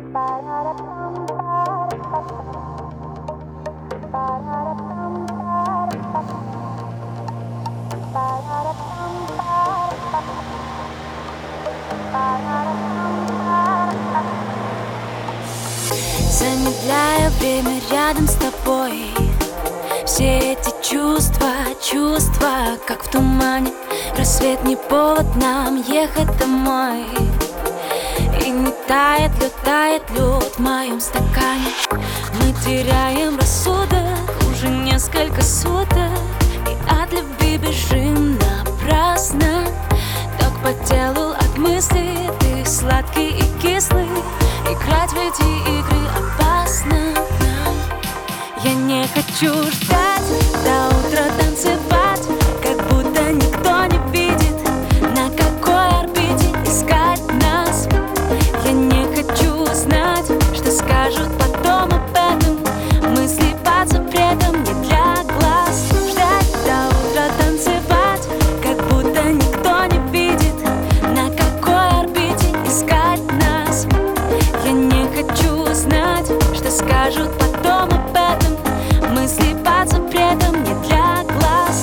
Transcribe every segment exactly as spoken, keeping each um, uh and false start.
Замедляя время рядом с тобой, все эти чувства, чувства, как в тумане. Рассвет не повод нам ехать домой. И не тает лед, тает лед в моем стакане. Мы теряем рассудок уже несколько суток, и от любви бежим напрасно. Ток по телу от мыслей, ты сладкий и кислый. Играть в эти игры опасно нам. Я не хочу ждать до утра, танцевать, как будто никто не видит, на какой орбите искать нас. Я не хочу знать, что скажут потом об этом. Мысли под запретом не для глаз. Ждать до утра, танцевать, как будто никто не видит, на какой орбите искать нас. Я не хочу знать, что скажут потом об этом. Мысли под запретом не для глаз.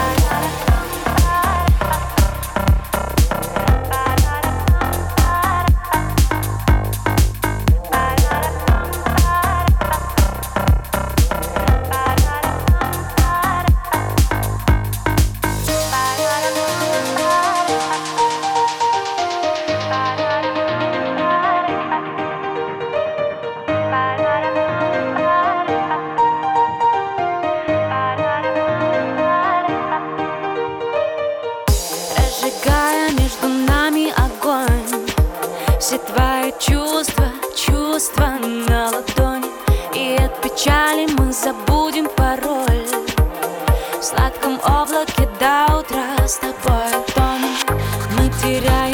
Разжигая между нами огонь, все твои чувства, чувства на ладони. И от печали мы забудем пароль. В сладком облаке до утра с тобой тонем. Мы теряем